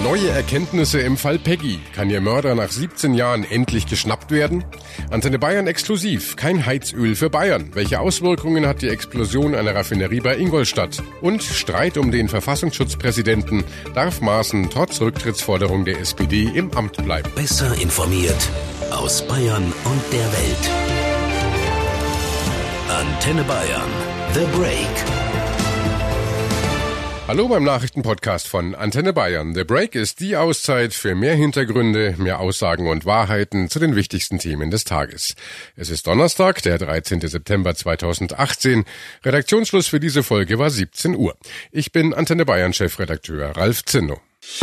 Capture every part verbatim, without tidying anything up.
Neue Erkenntnisse im Fall Peggy. Kann ihr Mörder nach siebzehn Jahren endlich geschnappt werden? Antenne Bayern exklusiv. Kein Heizöl für Bayern. Welche Auswirkungen hat die Explosion einer Raffinerie bei Ingolstadt? Und Streit um den Verfassungsschutzpräsidenten. Darf Maaßen trotz Rücktrittsforderung der S P D im Amt bleiben? Besser informiert aus Bayern und der Welt. Antenne Bayern. The Break. Hallo beim Nachrichtenpodcast von Antenne Bayern. The Break ist die Auszeit für mehr Hintergründe, mehr Aussagen und Wahrheiten zu den wichtigsten Themen des Tages. Es ist Donnerstag, der dreizehnten September zweitausendachtzehn. Redaktionsschluss für diese Folge war siebzehn Uhr. Ich bin Antenne Bayern Chefredakteur Ralf Zinno.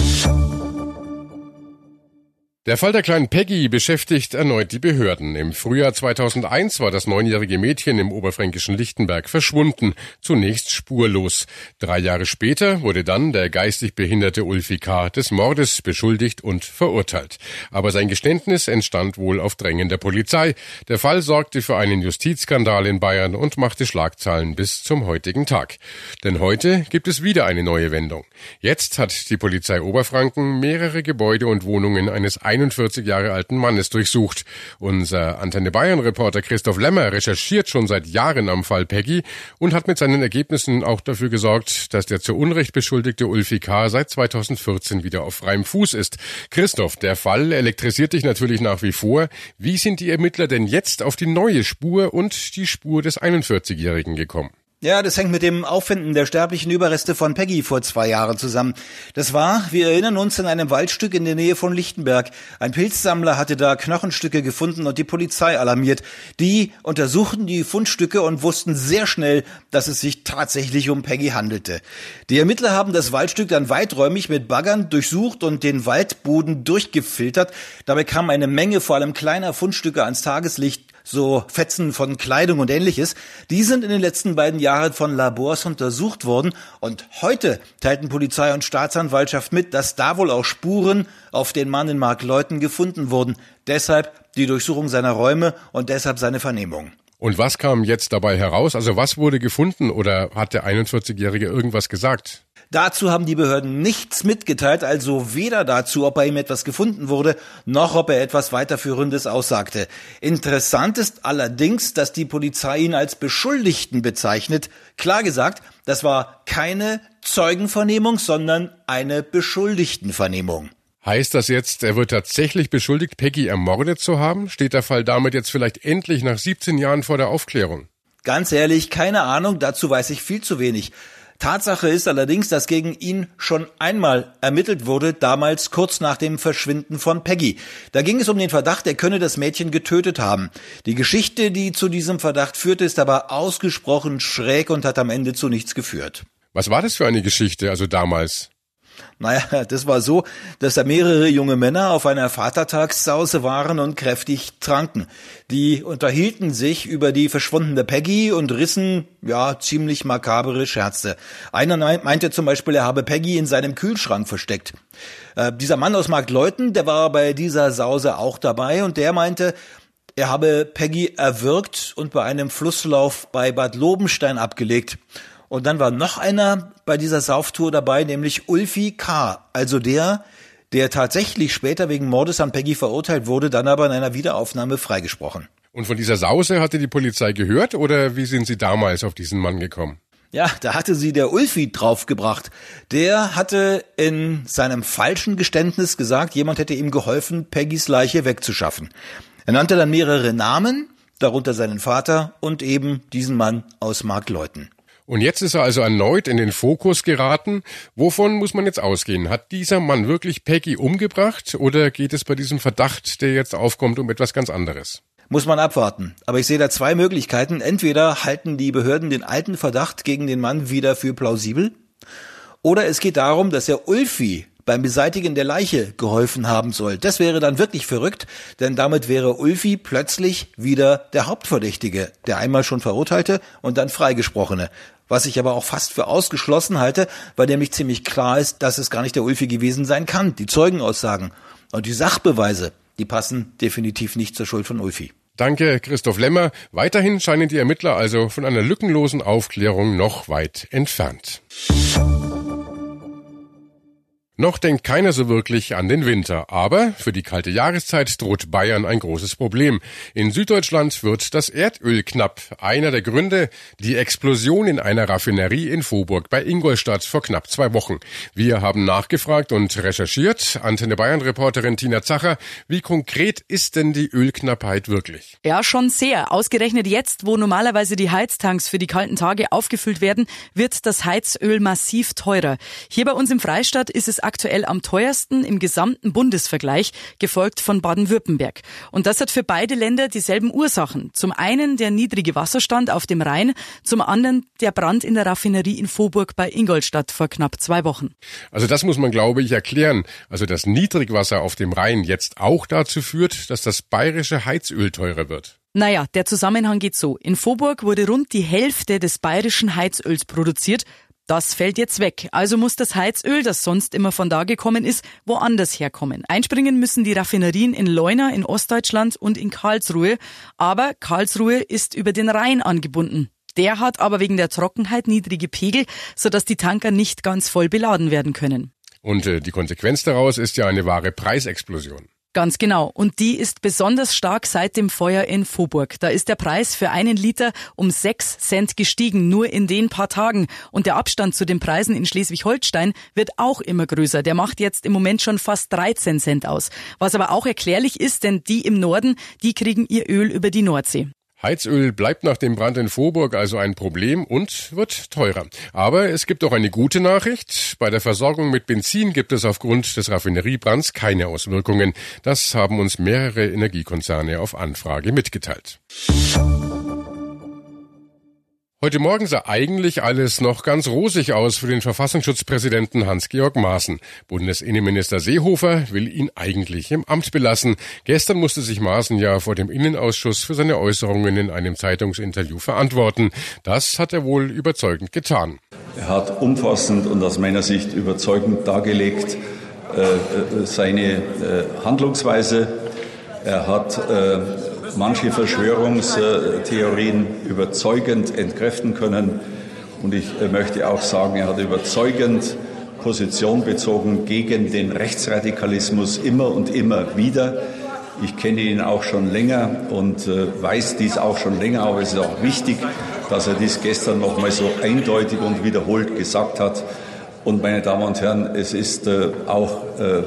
Der Fall der kleinen Peggy beschäftigt erneut die Behörden. Im Frühjahr zweitausendeins war das neunjährige Mädchen im oberfränkischen Lichtenberg verschwunden, zunächst spurlos. Drei Jahre später wurde dann der geistig behinderte Ulfi K. des Mordes beschuldigt und verurteilt. Aber sein Geständnis entstand wohl auf Drängen der Polizei. Der Fall sorgte für einen Justizskandal in Bayern und machte Schlagzeilen bis zum heutigen Tag. Denn heute gibt es wieder eine neue Wendung. Jetzt hat die Polizei Oberfranken mehrere Gebäude und Wohnungen eines einundvierzig Jahre alten Mannes durchsucht. Unser Antenne Bayern-Reporter Christoph Lemmer recherchiert schon seit Jahren am Fall Peggy und hat mit seinen Ergebnissen auch dafür gesorgt, dass der zu Unrecht beschuldigte Ulfi K. seit zweitausendvierzehn wieder auf freiem Fuß ist. Christoph, der Fall elektrisiert dich natürlich nach wie vor. Wie sind die Ermittler denn jetzt auf die neue Spur und die Spur des einundvierzigjährigen gekommen? Ja, das hängt mit dem Auffinden der sterblichen Überreste von Peggy vor zwei Jahren zusammen. Das war, wir erinnern uns, in einem Waldstück in der Nähe von Lichtenberg. Ein Pilzsammler hatte da Knochenstücke gefunden und die Polizei alarmiert. Die untersuchten die Fundstücke und wussten sehr schnell, dass es sich tatsächlich um Peggy handelte. Die Ermittler haben das Waldstück dann weiträumig mit Baggern durchsucht und den Waldboden durchgefiltert. Dabei kam eine Menge vor allem kleiner Fundstücke ans Tageslicht, so Fetzen von Kleidung und Ähnliches. Die sind in den letzten beiden Jahren von Labors untersucht worden und heute teilten Polizei und Staatsanwaltschaft mit, dass da wohl auch Spuren auf den Mann in Markleuten gefunden wurden. Deshalb die Durchsuchung seiner Räume und deshalb seine Vernehmung. Und was kam jetzt dabei heraus? Also was wurde gefunden oder hat der einundvierzigjährige irgendwas gesagt? Dazu haben die Behörden nichts mitgeteilt, also weder dazu, ob bei ihm etwas gefunden wurde, noch ob er etwas Weiterführendes aussagte. Interessant ist allerdings, dass die Polizei ihn als Beschuldigten bezeichnet. Klar gesagt, das war keine Zeugenvernehmung, sondern eine Beschuldigtenvernehmung. Heißt das jetzt, er wird tatsächlich beschuldigt, Peggy ermordet zu haben? Steht der Fall damit jetzt vielleicht endlich nach siebzehn Jahren vor der Aufklärung? Ganz ehrlich, keine Ahnung, dazu weiß ich viel zu wenig. Tatsache ist allerdings, dass gegen ihn schon einmal ermittelt wurde, damals kurz nach dem Verschwinden von Peggy. Da ging es um den Verdacht, er könne das Mädchen getötet haben. Die Geschichte, die zu diesem Verdacht führte, ist aber ausgesprochen schräg und hat am Ende zu nichts geführt. Was war das für eine Geschichte, also damals? Naja, das war so, dass da mehrere junge Männer auf einer Vatertagssause waren und kräftig tranken. Die unterhielten sich über die verschwundene Peggy und rissen, ja, ziemlich makabere Scherze. Einer meinte zum Beispiel, er habe Peggy in seinem Kühlschrank versteckt. Äh, dieser Mann aus Markleuten, der war bei dieser Sause auch dabei und der meinte, er habe Peggy erwürgt und bei einem Flusslauf bei Bad Lobenstein abgelegt. Und dann war noch einer bei dieser Sauftour dabei, nämlich Ulfi K., also der, der tatsächlich später wegen Mordes an Peggy verurteilt wurde, dann aber in einer Wiederaufnahme freigesprochen. Und von dieser Sause hatte die Polizei gehört oder wie sind Sie damals auf diesen Mann gekommen? Ja, da hatte sie der Ulfi draufgebracht. Der hatte in seinem falschen Geständnis gesagt, jemand hätte ihm geholfen, Peggys Leiche wegzuschaffen. Er nannte dann mehrere Namen, darunter seinen Vater und eben diesen Mann aus Markleuten. Und jetzt ist er also erneut in den Fokus geraten. Wovon muss man jetzt ausgehen? Hat dieser Mann wirklich Peggy umgebracht oder geht es bei diesem Verdacht, der jetzt aufkommt, um etwas ganz anderes? Muss man abwarten. Aber ich sehe da zwei Möglichkeiten. Entweder halten die Behörden den alten Verdacht gegen den Mann wieder für plausibel oder es geht darum, dass er Ulfi beim Beseitigen der Leiche geholfen haben soll. Das wäre dann wirklich verrückt, denn damit wäre Ulfi plötzlich wieder der Hauptverdächtige, der einmal schon Verurteilte und dann Freigesprochene. Was ich aber auch fast für ausgeschlossen halte, weil nämlich ziemlich klar ist, dass es gar nicht der Ulfi gewesen sein kann. Die Zeugenaussagen und die Sachbeweise, die passen definitiv nicht zur Schuld von Ulfi. Danke, Christoph Lemmer. Weiterhin scheinen die Ermittler also von einer lückenlosen Aufklärung noch weit entfernt. Noch denkt keiner so wirklich an den Winter, aber für die kalte Jahreszeit droht Bayern ein großes Problem. In Süddeutschland wird das Erdöl knapp. Einer der Gründe, die Explosion in einer Raffinerie in Vohburg bei Ingolstadt vor knapp zwei Wochen. Wir haben nachgefragt und recherchiert. Antenne Bayern-Reporterin Tina Zacher, wie konkret ist denn die Ölknappheit wirklich? Ja, schon sehr. Ausgerechnet jetzt, wo normalerweise die Heiztanks für die kalten Tage aufgefüllt werden, wird das Heizöl massiv teurer. Hier bei uns im Freistaat ist es aktuell am teuersten im gesamten Bundesvergleich, gefolgt von Baden-Württemberg. Und das hat für beide Länder dieselben Ursachen. Zum einen der niedrige Wasserstand auf dem Rhein, zum anderen der Brand in der Raffinerie in Vohburg bei Ingolstadt vor knapp zwei Wochen. Also das muss man, glaube ich, erklären. Also das Niedrigwasser auf dem Rhein jetzt auch dazu führt, dass das bayerische Heizöl teurer wird. Naja, der Zusammenhang geht so. In Vohburg wurde rund die Hälfte des bayerischen Heizöls produziert. Das fällt jetzt weg. Also muss das Heizöl, das sonst immer von da gekommen ist, woanders herkommen. Einspringen müssen die Raffinerien in Leuna in Ostdeutschland und in Karlsruhe. Aber Karlsruhe ist über den Rhein angebunden. Der hat aber wegen der Trockenheit niedrige Pegel, sodass die Tanker nicht ganz voll beladen werden können. Und äh, die Konsequenz daraus ist ja eine wahre Preisexplosion. Ganz genau. Und die ist besonders stark seit dem Feuer in Vohburg. Da ist der Preis für einen Liter um sechs Cent gestiegen, nur in den paar Tagen. Und der Abstand zu den Preisen in Schleswig-Holstein wird auch immer größer. Der macht jetzt im Moment schon fast dreizehn Cent aus. Was aber auch erklärlich ist, denn die im Norden, die kriegen ihr Öl über die Nordsee. Heizöl bleibt nach dem Brand in Vohburg also ein Problem und wird teurer. Aber es gibt auch eine gute Nachricht. Bei der Versorgung mit Benzin gibt es aufgrund des Raffineriebrands keine Auswirkungen. Das haben uns mehrere Energiekonzerne auf Anfrage mitgeteilt. Heute Morgen sah eigentlich alles noch ganz rosig aus für den Verfassungsschutzpräsidenten Hans-Georg Maaßen. Bundesinnenminister Seehofer will ihn eigentlich im Amt belassen. Gestern musste sich Maaßen ja vor dem Innenausschuss für seine Äußerungen in einem Zeitungsinterview verantworten. Das hat er wohl überzeugend getan. Er hat umfassend und aus meiner Sicht überzeugend dargelegt äh, seine äh, Handlungsweise. Er hat äh, manche Verschwörungstheorien überzeugend entkräften können. Und ich möchte auch sagen, er hat überzeugend Position bezogen gegen den Rechtsradikalismus immer und immer wieder. Ich kenne ihn auch schon länger und weiß dies auch schon länger, aber es ist auch wichtig, dass er dies gestern noch mal so eindeutig und wiederholt gesagt hat. Und meine Damen und Herren, es ist auch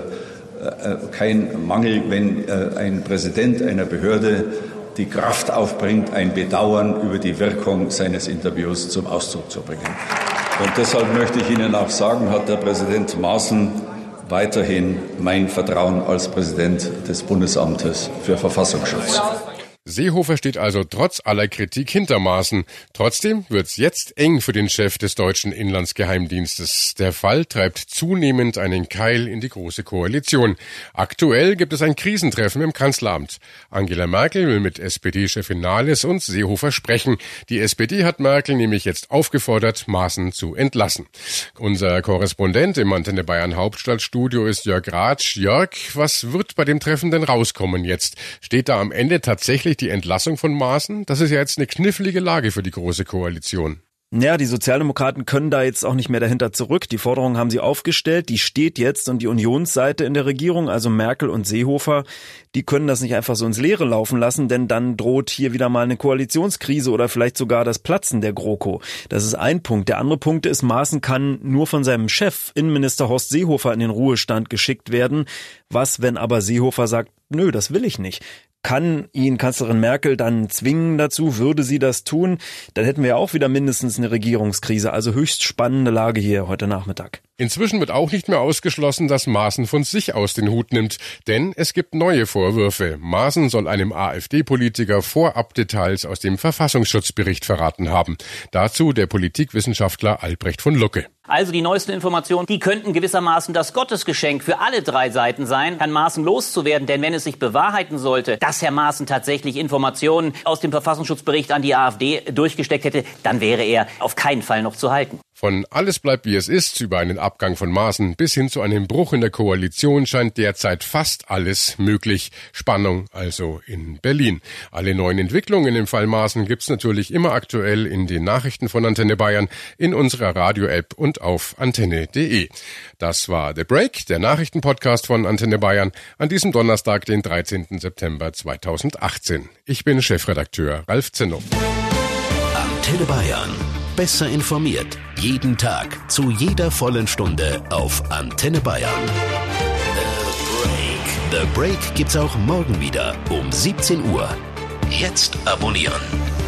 kein Mangel, wenn ein Präsident einer Behörde die Kraft aufbringt, ein Bedauern über die Wirkung seines Interviews zum Ausdruck zu bringen. Und deshalb möchte ich Ihnen auch sagen, hat der Präsident Maaßen weiterhin mein Vertrauen als Präsident des Bundesamtes für Verfassungsschutz. Seehofer steht also trotz aller Kritik hinter Maaßen. Trotzdem wird's jetzt eng für den Chef des deutschen Inlandsgeheimdienstes. Der Fall treibt zunehmend einen Keil in die Große Koalition. Aktuell gibt es ein Krisentreffen im Kanzleramt. Angela Merkel will mit S P D-Chefin Nahles und Seehofer sprechen. Die S P D hat Merkel nämlich jetzt aufgefordert, Maaßen zu entlassen. Unser Korrespondent im Antenne Bayern Hauptstadtstudio ist Jörg Ratsch. Jörg, was wird bei dem Treffen denn rauskommen jetzt? Steht da am Ende tatsächlich die Entlassung von Maaßen? Das ist ja jetzt eine knifflige Lage für die Große Koalition. Ja, die Sozialdemokraten können da jetzt auch nicht mehr dahinter zurück. Die Forderung haben sie aufgestellt, die steht jetzt und die Unionsseite in der Regierung, also Merkel und Seehofer, die können das nicht einfach so ins Leere laufen lassen, denn dann droht hier wieder mal eine Koalitionskrise oder vielleicht sogar das Platzen der GroKo. Das ist ein Punkt. Der andere Punkt ist, Maaßen kann nur von seinem Chef, Innenminister Horst Seehofer, in den Ruhestand geschickt werden. Was, wenn aber Seehofer sagt, nö, das will ich nicht? Kann ihn Kanzlerin Merkel dann zwingen dazu? Würde sie das tun? Dann hätten wir auch wieder mindestens eine Regierungskrise. Also höchst spannende Lage hier heute Nachmittag. Inzwischen wird auch nicht mehr ausgeschlossen, dass Maaßen von sich aus den Hut nimmt. Denn es gibt neue Vorwürfe. Maaßen soll einem AfD-Politiker Vorabdetails aus dem Verfassungsschutzbericht verraten haben. Dazu der Politikwissenschaftler Albrecht von Lucke. Also die neuesten Informationen, die könnten gewissermaßen das Gottesgeschenk für alle drei Seiten sein, Herrn Maaßen loszuwerden. Denn wenn es sich bewahrheiten sollte, dass Herr Maaßen tatsächlich Informationen aus dem Verfassungsschutzbericht an die AfD durchgesteckt hätte, dann wäre er auf keinen Fall noch zu halten. Von alles bleibt wie es ist, über einen Abgang von Maaßen bis hin zu einem Bruch in der Koalition scheint derzeit fast alles möglich. Spannung also in Berlin. Alle neuen Entwicklungen im Fall Maaßen gibt's natürlich immer aktuell in den Nachrichten von Antenne Bayern, in unserer Radio-App und auf antenne punkt de. Das war The Break, der Nachrichtenpodcast von Antenne Bayern, an diesem Donnerstag, den dreizehnten September zweitausendachtzehn. Ich bin Chefredakteur Ralf Zinnow. Antenne Bayern. Besser informiert. Jeden Tag. Zu jeder vollen Stunde auf Antenne Bayern. The Break. The Break gibt's auch morgen wieder um siebzehn Uhr. Jetzt abonnieren.